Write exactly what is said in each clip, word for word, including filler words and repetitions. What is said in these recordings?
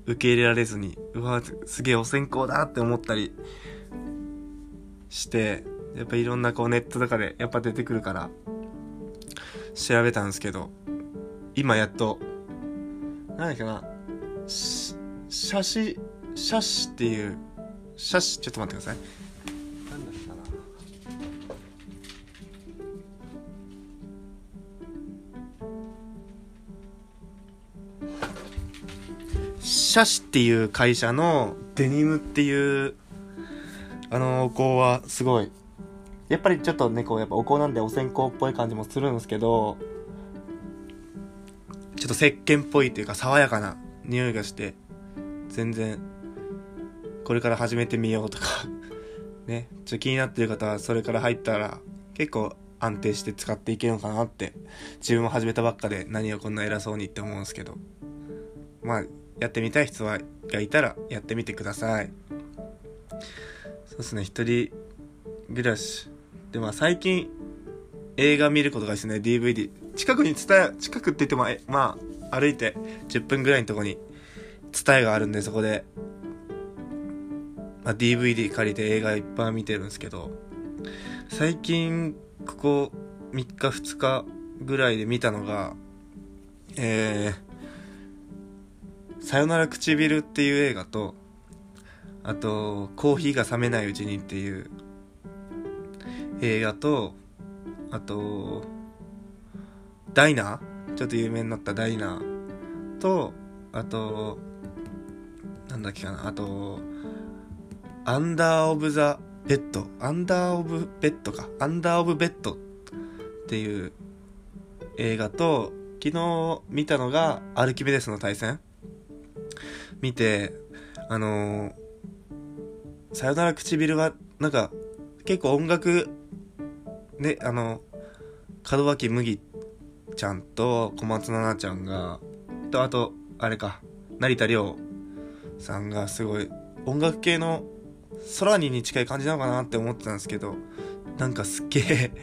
受け入れられずに、うわすげえお線香だって思ったりして、やっぱいろんなこうネットとかでやっぱ出てくるから調べたんですけど、今やっと何だっけな、し写真写真っていう写真、ちょっと待ってください。なんだっけかな、写真っていう会社のデニムっていうあのお香はすごい、やっぱりちょっとねこうやっぱお香なんでお線香っぽい感じもするんですけど、ちょっと石鹸っぽいっていうか爽やかな匂いがして、全然これから始めてみようとかね、ちょっと気になってる方はそれから入ったら結構安定して使っていけるのかなって、自分も始めたばっかで何をこんな偉そうにって思うんですけど、まあやってみたい人はがいたらやってみてください。そうですね、一人暮らしで、まあ最近映画見ることがですね、 ディーブイディー 近くに伝え、近くって言ってもえまあ歩いてじゅっぷんぐらいのところに伝えがあるんで、そこで、まあ、ディーブイディー 借りて映画いっぱい見てるんですけど、最近ここみっかふつかぐらいで見たのがえー、さよなら唇っていう映画と、あとコーヒーが冷めないうちにっていう映画と、あとダイナー、ちょっと有名になったダイナーと、あとなんだっけかな、あとアンダーオブザベッド、アンダーオブベッドか、アンダーオブベッドっていう映画と、昨日見たのがアルキメデスの対戦見て、あのー、さよなら唇はなんか結構音楽ね、あの門脇麦ちゃんと小松菜奈ちゃんがと、あとあれか成田凌さんがすごい音楽系の空にに近い感じなのかなって思ってたんですけど、なんかすっげえ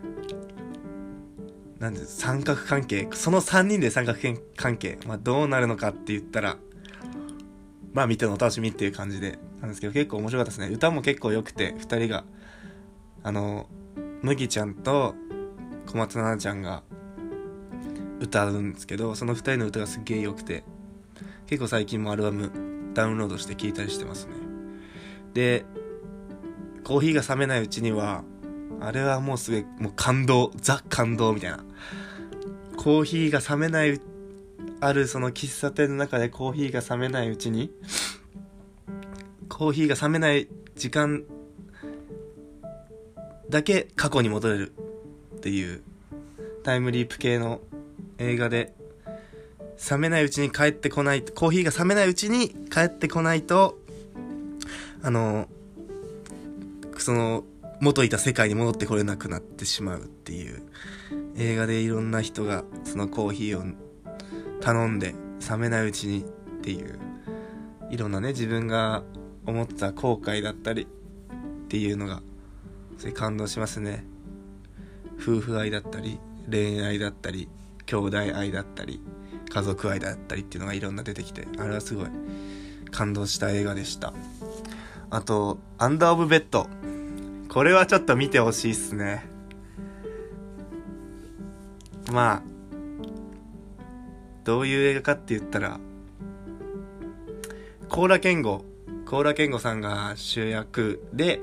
なんで三角関係、そのさんにんで三角関係、まあどうなるのかって言ったらまあ見てのお楽しみっていう感じでなんですけど、結構面白かったですね。歌も結構良くて、ふたりがあの麦ちゃんと小松菜奈ちゃんが歌うんですけど、そのふたりの歌がすっげえ良くて、結構最近もアルバムダウンロードして聴いたりしてますね。でコーヒーが冷めないうちには、あれはもうすごいもう感動、ザ感動みたいな、コーヒーが冷めないあるその喫茶店の中でコーヒーが冷めないうちに、コーヒーが冷めない時間だけ過去に戻れるっていうタイムリープ系の映画で、冷めないうちに帰ってこない、コーヒーが冷めないうちに帰ってこないと、あのその元いた世界に戻ってこれなくなってしまうっていう映画で、いろんな人がそのコーヒーを頼んで冷めないうちにっていう、いろんなね自分が思った後悔だったりっていうのがそれ感動しますね。夫婦愛だったり恋愛だったり兄弟愛だったり家族愛だったりっていうのがいろんな出てきて、あれはすごい感動した映画でした。あとアンダーオブベッド、これはちょっと見てほしいっすね。まあどういう映画かって言ったら、高良健吾高良健吾さんが主役で、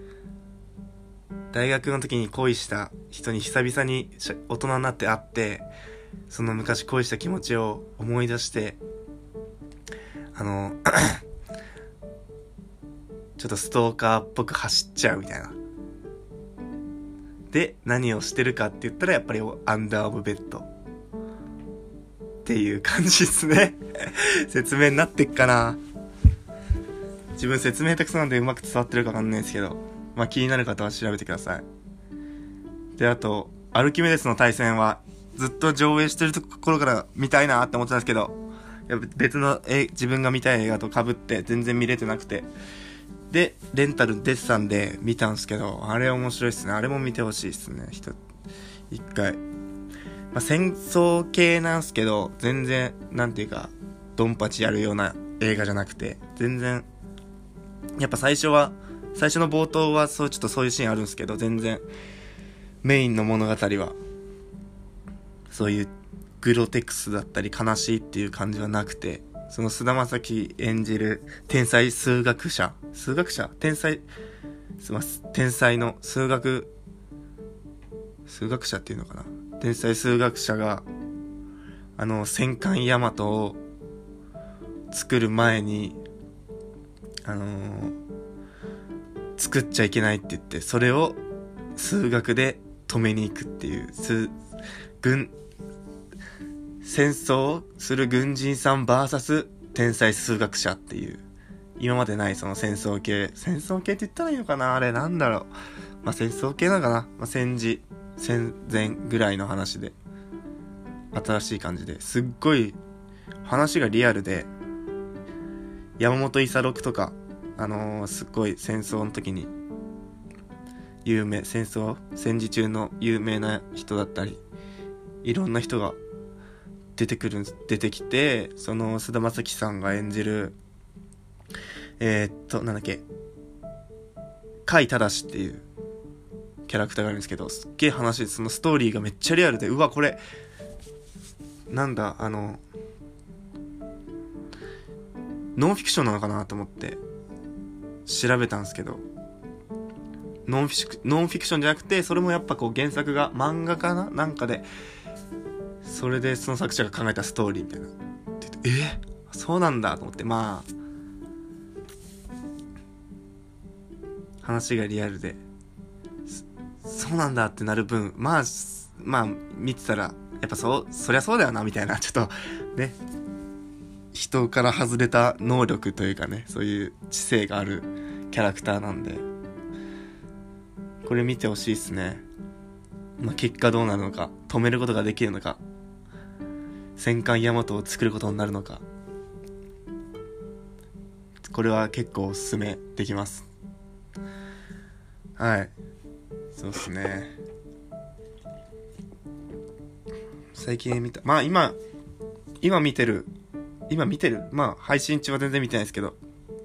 大学の時に恋した人に久々に大人になって会って、その昔恋した気持ちを思い出して、あのちょっとストーカーっぽく走っちゃうみたいな。で何をしてるかって言ったら、やっぱりアンダーオブベッドっていう感じですね説明になってっかな。自分説明下手くそなんでうまく伝わってるかわかんないですけど、まあ気になる方は調べてください。であとアルキメデスの対戦はずっと上映してるところから見たいなって思ってたんですけど、やっぱ別のえ自分が見たい映画と被って全然見れてなくて、でレンタル出てたんで見たんですけど、あれ面白いっすね。あれも見てほしいっすね、一一回。まあ、戦争系なんすけど、全然なんていうかドンパチやるような映画じゃなくて、全然やっぱ最初は最初の冒頭はそうちょっとそういうシーンあるんですけど、全然メインの物語はそういうグロテクスだったり悲しいっていう感じはなくて、その菅田将暉演じる天才数学者数学者天才すいません天才の数学数学者っていうのかな天才数学者があの戦艦大和を作る前にあのー、作っちゃいけないって言って、それを数学で止めに行くっていう数軍戦争をする軍人さん ブイエス 天才数学者っていう、今までないその戦争系戦争系って言ったらいいのかな、あれなんだろう、まあ戦争系なのかな、まあ、戦時戦前ぐらいの話で新しい感じですっごい話がリアルで、山本五十六とかあのー、すっごい戦争の時に有名戦争戦時中の有名な人だったりいろんな人が出てくる出てきて、その菅田将暉さんが演じるえー、っとなんだっけ甲斐忠っていうキャラクターがあるんですけど、すっげえ話で、そのストーリーがめっちゃリアルで、うわこれなんだあのノンフィクションなのかなと思って調べたんですけど、ノンフィクノンフィクションじゃなくて、それもやっぱこう原作が漫画かななんかで、それでその作者が考えたストーリーみたいなって言って、えー、そうなんだと思って、まあ話がリアルでそうなんだってなる分、まあまあ見てたらやっぱそうそりゃそうだよなみたいな、ちょっとね人から外れた能力というかね、そういう知性があるキャラクターなんで、これ見てほしいっすね。まあ、結果どうなるのか、止めることができるのか、戦艦大和を作ることになるのか、これは結構おすすめできます。はい、そうっすね。最近見た、まあ今今見てる今見てるまあ配信中は全然見てないですけど、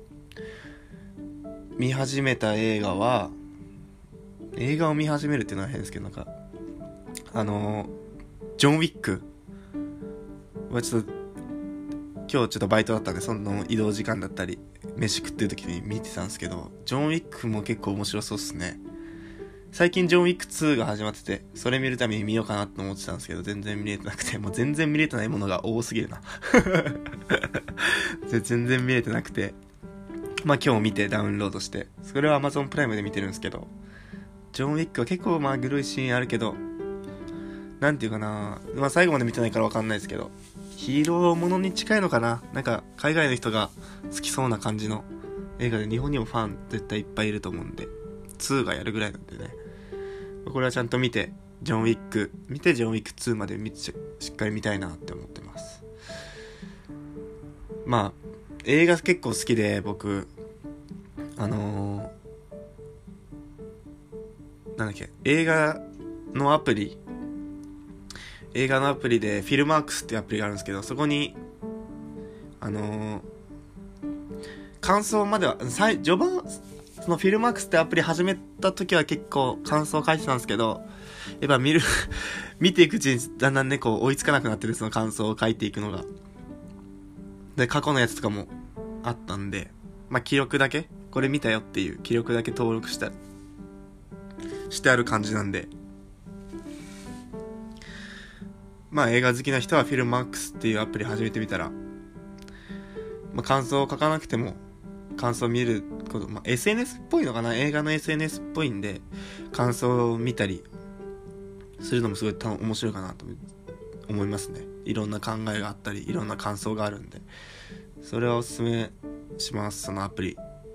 見始めた映画は、映画を見始めるっていうのは変ですけど、なんかあのー、ジョン・ウィックはちょっと今日ちょっとバイトだったんで、その移動時間だったり飯食ってる時に見てたんですけど、ジョン・ウィックも結構面白そうっすね。最近ジョン・ウィックツーが始まってて、それ見るために見ようかなと思ってたんですけど、全然見れてなくて、もう全然見れてないものが多すぎるな全然見れてなくて、まあ今日見てダウンロードして、それは Amazon プライムで見てるんですけど、ジョン・ウィックは結構まあグロいシーンあるけど、なんていうかな、まあ最後まで見てないから分かんないですけど、ヒーローものに近いのかな、なんか海外の人が好きそうな感じの映画で、日本にもファン絶対いっぱいいると思うんで、ツーがやるぐらいなんでね、これはちゃんと見て、ジョン・ウィック見てジョン・ウィックツーまで見てしっかり見たいなって思ってます。まあ映画結構好きで、僕あのー、なんだっけ映画のアプリ映画のアプリでフィルマークスっていうアプリがあるんですけど、そこにあのー、感想までは最序盤、そのフィルマークスってアプリ始めた時は結構感想書いてたんですけど、やっぱ見る見ていくうちにだんだんねこう追いつかなくなってる、その感想を書いていくのが。で過去のやつとかもあったんで、まあ記録だけこれ見たよっていう記録だけ登録したしてある感じなんで、まあ映画好きな人はフィルマークスっていうアプリ始めてみたら、まあ感想を書かなくても感想を見ること、まあ エスエヌエス っぽいのかな、映画の エスエヌエス っぽいんで、感想を見たりするのもすごいた面白いかなと思いますね。いろんな考えがあったりいろんな感想があるんで、それはおすすめします、そのアプリ。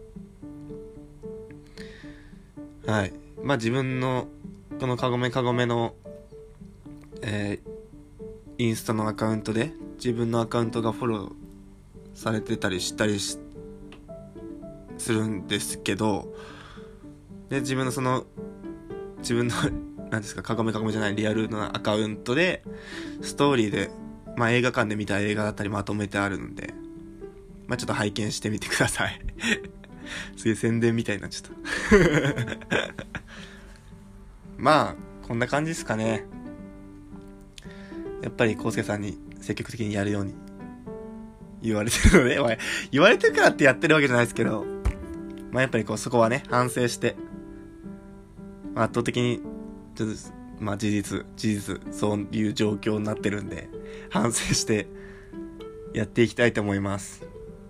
はい、まあ自分のこのかごめかごめのえー、インスタのアカウントで自分のアカウントがフォローされてたりしたりしするんですけど、で自分のその自分の何ですか、かごめかごめじゃないリアルなアカウントでストーリーで、まあ映画館で見た映画だったりまとめてあるんで、 まあちょっと拝見してみてくださいすげえ宣伝みたいになっちゃったまあこんな感じですかね。やっぱりコウスケさんに積極的にやるように言われてるので、まあ、言われてるからってやってるわけじゃないですけど、まあやっぱりこうそこはね反省して、まあ、圧倒的にちょっとまあ事実事実そういう状況になってるんで反省してやっていきたいと思います。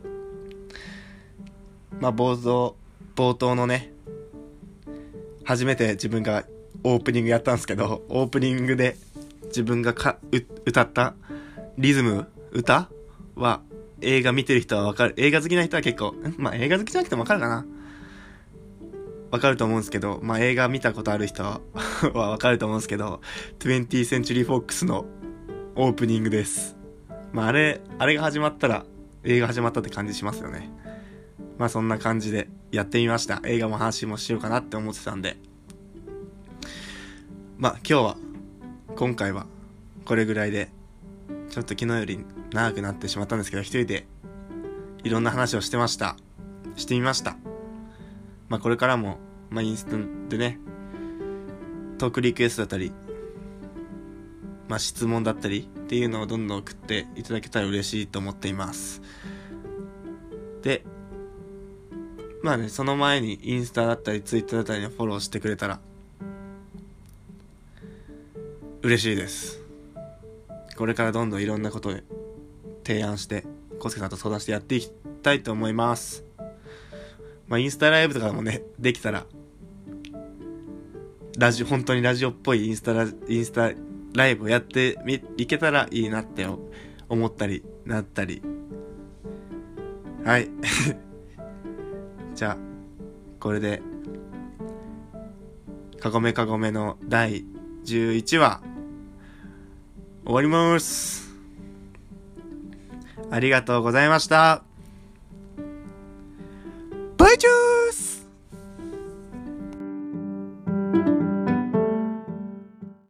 まあ冒頭冒頭のね初めて自分がオープニングやったんですけど、オープニングで自分がかう歌ったリズム歌は映画見てる人はわかる、映画好きな人は結構まあ映画好きじゃなくてもわかるかな、わかると思うんですけど、まあ映画見たことある人はわかると思うんですけど、トゥエンティー Century Fox のオープニングです。まああれあれが始まったら映画始まったって感じしますよね。まあそんな感じでやってみました。映画も話もしようかなって思ってたんで、まあ今日は今回はこれぐらいで、ちょっと昨日より長くなってしまったんですけど、一人でいろんな話をしてましたしてみました。まあこれからもまあインスタでねトークリクエストだったり、まあ質問だったりっていうのをどんどん送っていただけたら嬉しいと思っています。でまあね、その前にインスタだったりツイッターだったりにフォローしてくれたら嬉しいです。これからどんどんいろんなことで提案してコウスケさんと相談してやっていきたいと思います。まあインスタライブとかもねできたら、ラジオ本当にラジオっぽいインスタラインスタライブをやってみいけたらいいなって思ったりなったり、はいじゃあこれでかごめかごめのだいじゅういちわ終わります。ありがとうございました。バイチュー。